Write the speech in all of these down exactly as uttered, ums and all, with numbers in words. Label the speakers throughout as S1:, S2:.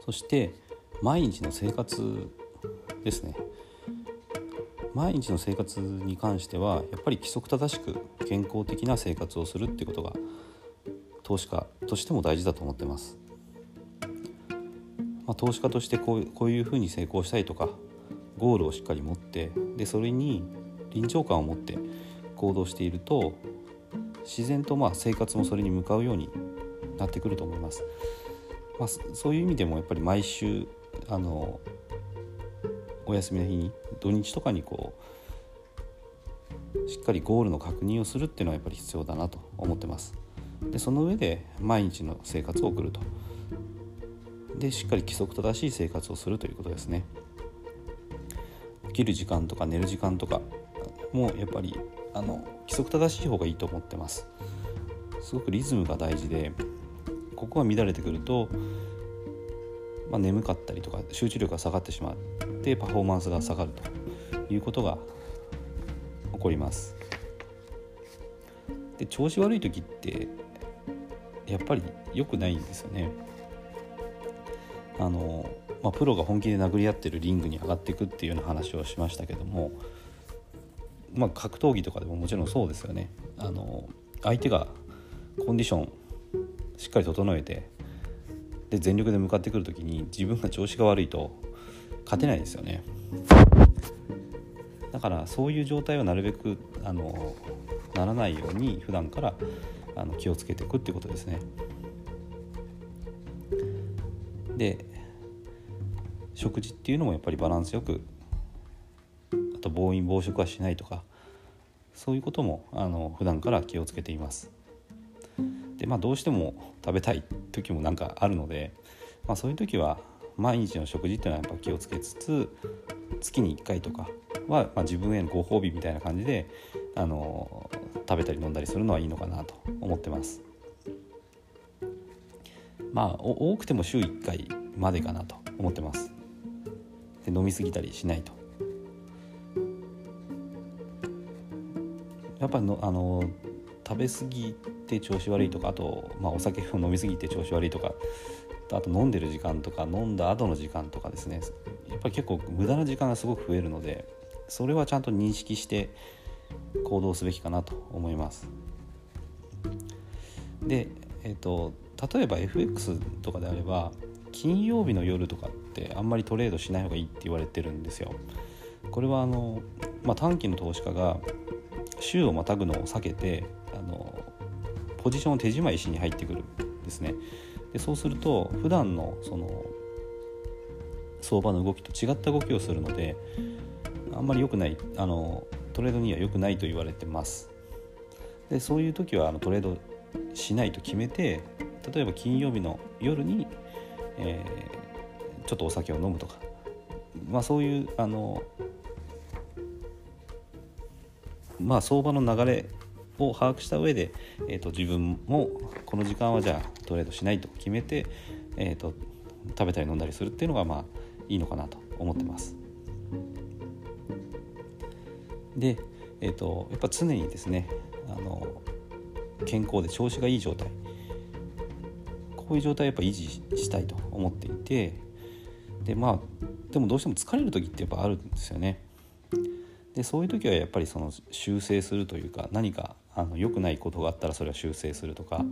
S1: そして毎日の生活ですね。毎日の生活に関してはやっぱり規則正しく健康的な生活をするっていうことが投資家としても大事だと思ってます。まあ、投資家としてこう、こういうふうに成功したいとかゴールをしっかり持って、でそれに臨場感を持って行動していると自然とまあ生活もそれに向かうようになってくると思います。まあ、そういう意味でもやっぱり毎週あのお休みの日に土日とかにこうしっかりゴールの確認をするっていうのはやっぱり必要だなと思ってます。でその上で毎日の生活を送ると、でしっかり規則正しい生活をするということですね。起きる時間とか寝る時間とかもやっぱりあの規則正しい方がいいと思ってます。すごくリズムが大事で、ここが乱れてくると、まあ、眠かったりとか集中力が下がってしまってパフォーマンスが下がるということが起こります。で調子悪い時ってやっぱり良くないんですよね。あの、まあ、プロが本気で殴り合ってるリングに上がっていくっていうような話をしましたけども、まあ、格闘技とかでももちろんそうですよね。あの相手がコンディションしっかり整えてで全力で向かってくるときに自分が調子が悪いと勝てないですよね。だからそういう状態はなるべくあのならないように普段からあの気をつけていくっていうことですね。で食事っていうのもやっぱりバランスよく、あと暴飲暴食はしないとか、そういうこともあの普段から気をつけています。で、まあ、どうしても食べたい時もなんかあるので、まあ、そういう時は毎日の食事っていうのはやっぱ気をつけつつ、月にいっかいとかは、まあ、自分へのご褒美みたいな感じであの食べたり飲んだりするのはいいのかなと思ってます。まあ多くても週いっかいまでかなと思ってます。で飲み過ぎたりしないと。やっぱりのあの食べ過ぎて調子悪いとか、あと、まあ、お酒を飲み過ぎて調子悪いとか、あと飲んでる時間とか飲んだ後の時間とかですね、やっぱり結構無駄な時間がすごく増えるので、それはちゃんと認識して行動すべきかなと思います。で、えーと、例えば エフエックス とかであれば金曜日の夜とかってあんまりトレードしない方がいいって言われてるんですよ。これはあの、まあ、短期の投資家が週をまたぐのを避けてあのポジションを手仕舞いしに入ってくるんですね。でそうすると普段のその相場の動きと違った動きをするので、あんまり良くない、あのトレードには良くないと言われてます。でそういう時はあのトレードしないと決めて、例えば金曜日の夜に、えー、ちょっとお酒を飲むとか、まあ、そういうあのまあ相場の流れを把握した上で、えーと、自分もこの時間はじゃあトレードしないと決めて、えーと、食べたり飲んだりするっていうのがまあいいのかなと思ってます。で、えーと、やっぱ常にですね、あの健康で調子がいい状態、こういう状態をやっぱ維持したいと思っていて、でまあでもどうしても疲れる時ってやっぱあるんですよね。でそういう時はやっぱりその修正するというか、何かあの良くないことがあったらそれは修正するとか、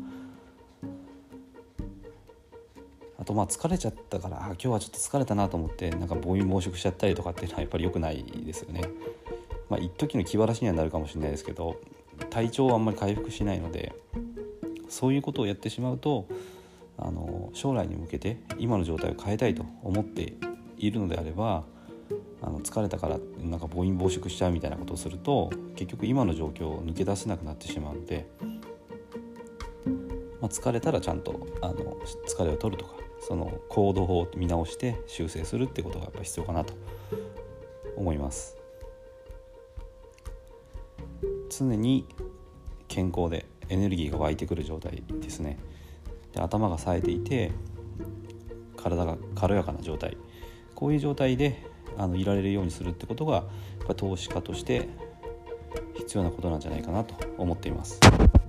S1: あとまあ疲れちゃったから、あ今日はちょっと疲れたなと思ってなんか暴飲暴食しちゃったりとかっていうのはやっぱり良くないですよね。まあ一時の気晴らしにはなるかもしれないですけど、体調はあんまり回復しないので、そういうことをやってしまうとあの将来に向けて今の状態を変えたいと思っているのであれば、あの疲れたからなんか暴飲暴食しちゃうみたいなことをすると結局今の状況を抜け出せなくなってしまうので、まあ、疲れたらちゃんとあの疲れを取るとか、その行動を見直して修正するってことがやっぱ必要かなと思います。常に健康でエネルギーが湧いてくる状態ですね。で頭が冴えていて体が軽やかな状態、こういう状態であのいられるようにするってことがやっぱ投資家として必要なことなんじゃないかなと思っています。